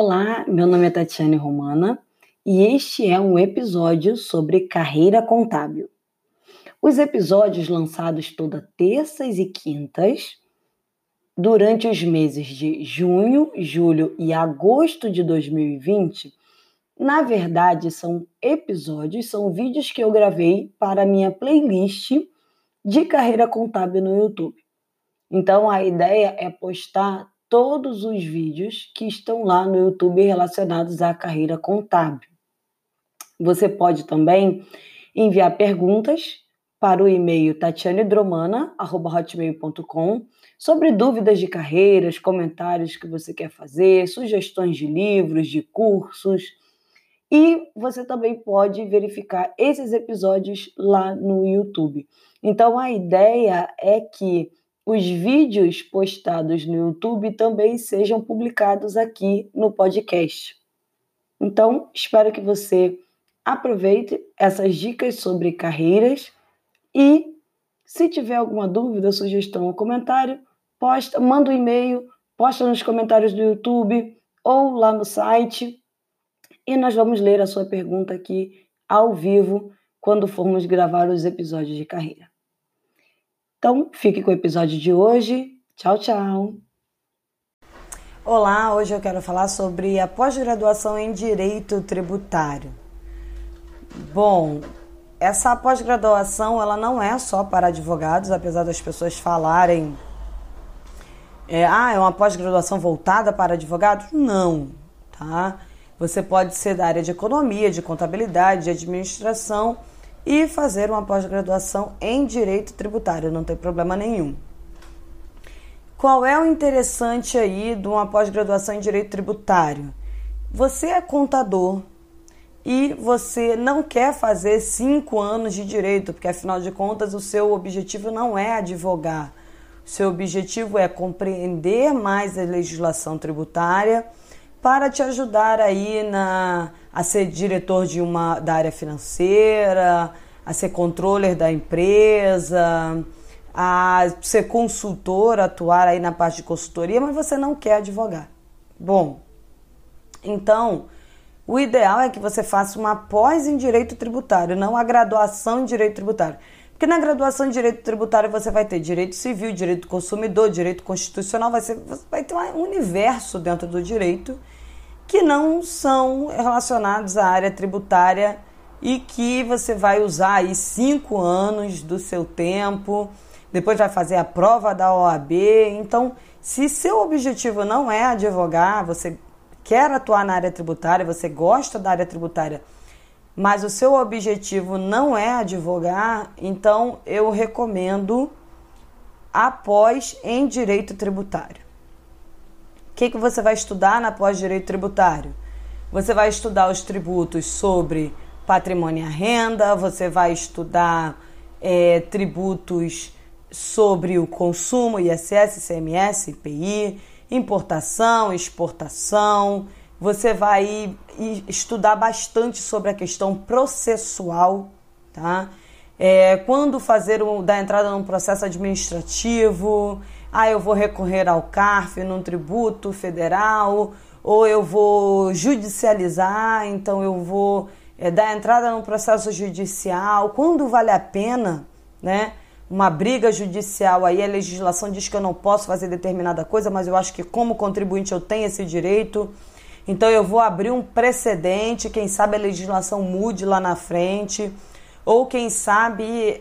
Olá, meu nome é Tatiane Romana e este é um episódio sobre carreira contábil. Os episódios lançados toda terças e quintas, durante os meses de junho, julho e agosto de 2020, na verdade são vídeos que eu gravei para a minha playlist de carreira contábil no YouTube. Então a ideia é postar todos os vídeos que estão lá no YouTube relacionados à carreira contábil. Você pode também enviar perguntas para o e-mail tatianedromana@hotmail.com sobre dúvidas de carreiras, comentários que você quer fazer, sugestões de livros, de cursos. E você também pode verificar esses episódios lá no YouTube. Então a ideia é que os vídeos postados no YouTube também sejam publicados aqui no podcast. Então, espero que você aproveite essas dicas sobre carreiras e, se tiver alguma dúvida, sugestão ou comentário, manda um e-mail, posta nos comentários do YouTube ou lá no site e nós vamos ler a sua pergunta aqui ao vivo quando formos gravar os episódios de carreira. Então, fique com o episódio de hoje. Tchau, tchau! Olá, hoje eu quero falar sobre a pós-graduação em Direito Tributário. Bom, essa pós-graduação ela não é só para advogados, apesar das pessoas falarem é uma pós-graduação voltada para advogados? Não, tá? Você pode ser da área de economia, de contabilidade, de administração e fazer uma pós-graduação em Direito Tributário, não tem problema nenhum. Qual é o interessante aí de uma pós-graduação em Direito Tributário? Você é contador e você não quer fazer 5 anos de direito, porque afinal de contas o seu objetivo não é advogar. O seu objetivo é compreender mais a legislação tributária para te ajudar aí a ser diretor da área financeira, a ser controller da empresa, a ser consultor, atuar aí na parte de consultoria, mas você não quer advogar. Bom, então, o ideal é que você faça uma pós em Direito Tributário, não a graduação em Direito Tributário. Porque na graduação em Direito Tributário você vai ter Direito Civil, Direito do Consumidor, Direito Constitucional, você vai ter um universo dentro do direito que não são relacionados à área tributária e que você vai usar aí 5 anos do seu tempo, depois vai fazer a prova da OAB. Então, se seu objetivo não é advogar, você quer atuar na área tributária, você gosta da área tributária, mas o seu objetivo não é advogar, então eu recomendo a pós em Direito Tributário. O que você vai estudar na pós-direito tributário? Você vai estudar os tributos sobre patrimônio e renda, você vai estudar tributos sobre o consumo, ISS, ICMS, IPI, importação, exportação. Você vai estudar bastante sobre a questão processual, tá? Quando dar entrada num processo administrativo, eu vou recorrer ao CARF, num tributo federal, ou eu vou judicializar, então eu vou dar entrada num processo judicial, quando vale a pena, né? Uma briga judicial, aí a legislação diz que eu não posso fazer determinada coisa, mas eu acho que como contribuinte eu tenho esse direito, então eu vou abrir um precedente, quem sabe a legislação mude lá na frente, ou quem sabe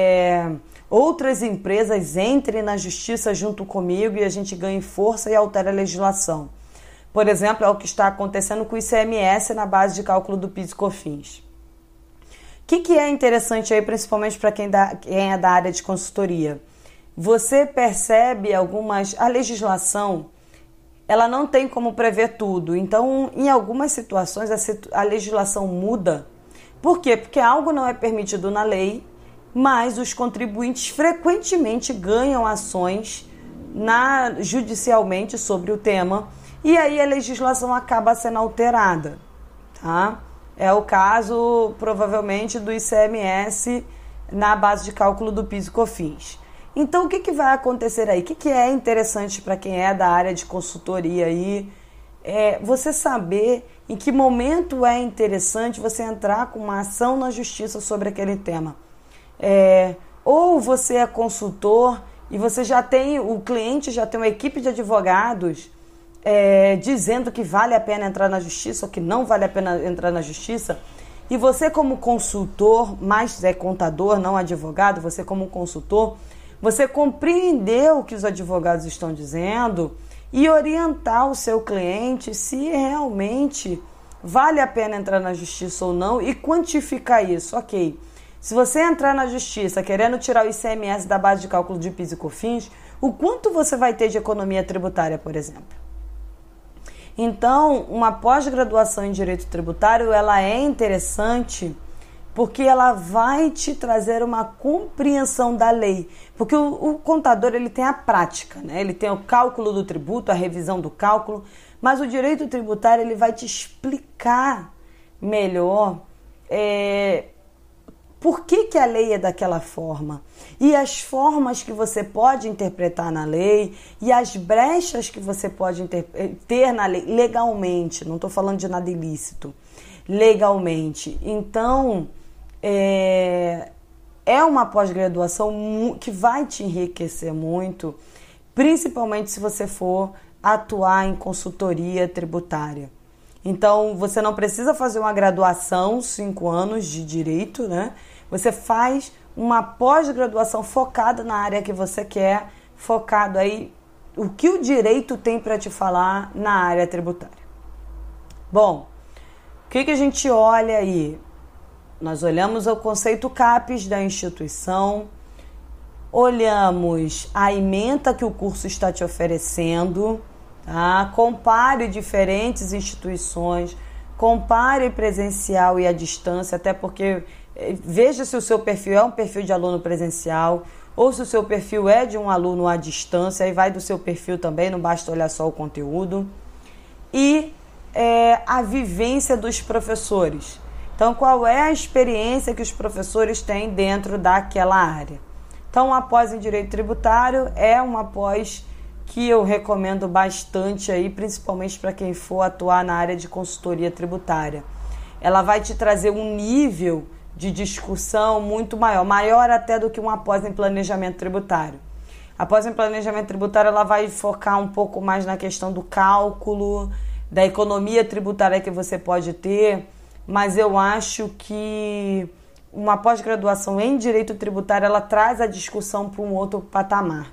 outras empresas entrem na justiça junto comigo e a gente ganhe força e altere a legislação. Por exemplo, é o que está acontecendo com o ICMS na base de cálculo do PIS e COFINS. O que é interessante aí, principalmente para quem é da área de consultoria? Você percebe a legislação, ela não tem como prever tudo. Então, em algumas situações, a legislação muda. Por quê? Porque algo não é permitido na lei, mas os contribuintes frequentemente ganham ações judicialmente sobre o tema e aí a legislação acaba sendo alterada, tá? É o caso, provavelmente, do ICMS na base de cálculo do PIS e COFINS. Então, o que vai acontecer aí? O que é interessante para quem é da área de consultoria aí você saber em que momento é interessante você entrar com uma ação na justiça sobre aquele tema. Ou você é consultor e você o cliente já tem uma equipe de advogados dizendo que vale a pena entrar na justiça ou que não vale a pena entrar na justiça, e você como consultor, mas é contador, não advogado, você como consultor, você compreendeu o que os advogados estão dizendo e orientar o seu cliente se realmente vale a pena entrar na justiça ou não e quantificar isso. Ok, se você entrar na justiça querendo tirar o ICMS da base de cálculo de PIS e COFINS, o quanto você vai ter de economia tributária, por exemplo? Então, uma pós-graduação em Direito Tributário, ela é interessante porque ela vai te trazer uma compreensão da lei. Porque o contador, ele tem a prática, né? Ele tem o cálculo do tributo, a revisão do cálculo, mas o direito tributário, ele vai te explicar melhor por que a lei é daquela forma e as formas que você pode interpretar na lei e as brechas que você pode ter na lei legalmente. Não estou falando de nada ilícito, legalmente. Então, é uma pós-graduação que vai te enriquecer muito, principalmente se você for atuar em consultoria tributária. Então, você não precisa fazer uma graduação, 5 anos de direito, né? Você faz uma pós-graduação focada na área que você quer, focado aí o que o direito tem para te falar na área tributária. Bom, o que a gente olha aí? Nós olhamos o conceito CAPES da instituição, olhamos a ementa que o curso está te oferecendo, tá? Compare diferentes instituições, compare presencial e à distância, até porque veja se o seu perfil é um perfil de aluno presencial ou se o seu perfil é de um aluno à distância, aí vai do seu perfil também, não basta olhar só o conteúdo. E a vivência dos professores. Então, qual é a experiência que os professores têm dentro daquela área? Então, a pós em Direito Tributário é uma pós que eu recomendo bastante aí, principalmente para quem for atuar na área de consultoria tributária. Ela vai te trazer um nível de discussão muito maior até do que uma pós em planejamento tributário. A pós em planejamento tributário, ela vai focar um pouco mais na questão do cálculo, da economia tributária que você pode ter, mas eu acho que uma pós-graduação em Direito Tributário, ela traz a discussão para um outro patamar,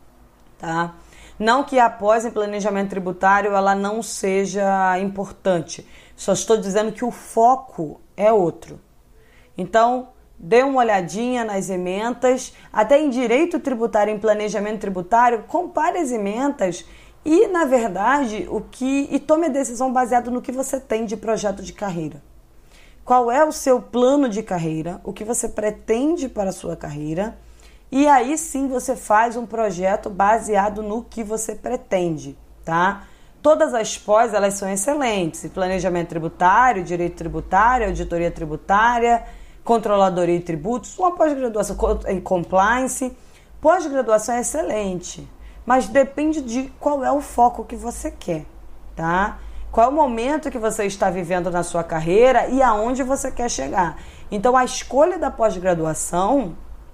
tá? Não que a pós em planejamento tributário ela não seja importante, só estou dizendo que o foco é outro. Então, dê uma olhadinha nas ementas, até em Direito Tributário, em Planejamento Tributário, compare as ementas e, na verdade, e tome a decisão baseada no que você tem de projeto de carreira. Qual é o seu plano de carreira, o que você pretende para a sua carreira, e aí sim você faz um projeto baseado no que você pretende, tá? Todas as pós, elas são excelentes, planejamento tributário, direito tributário, auditoria tributária, controladoria e tributos, uma pós-graduação em compliance. Pós-graduação é excelente, mas depende de qual é o foco que você quer, tá? Qual é o momento que você está vivendo na sua carreira e aonde você quer chegar. Então, a escolha da pós-graduação,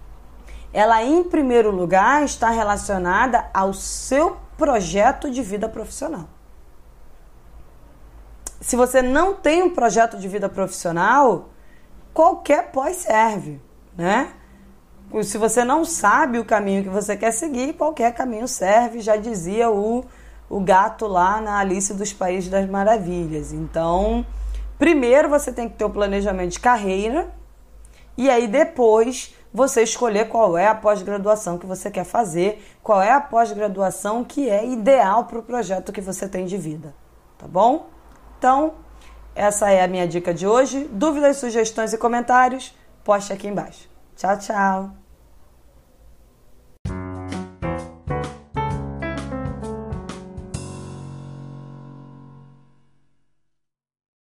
ela, em primeiro lugar, está relacionada ao seu projeto de vida profissional. Se você não tem um projeto de vida profissional, qualquer pós serve, né? Se você não sabe o caminho que você quer seguir, qualquer caminho serve, já dizia o gato lá na Alice dos Países das Maravilhas. Então, primeiro você tem que ter um planejamento de carreira e aí depois você escolher qual é a pós-graduação que você quer fazer, qual é a pós-graduação que é ideal para o projeto que você tem de vida, tá bom? Então, essa é a minha dica de hoje. Dúvidas, sugestões e comentários, poste aqui embaixo. Tchau, tchau!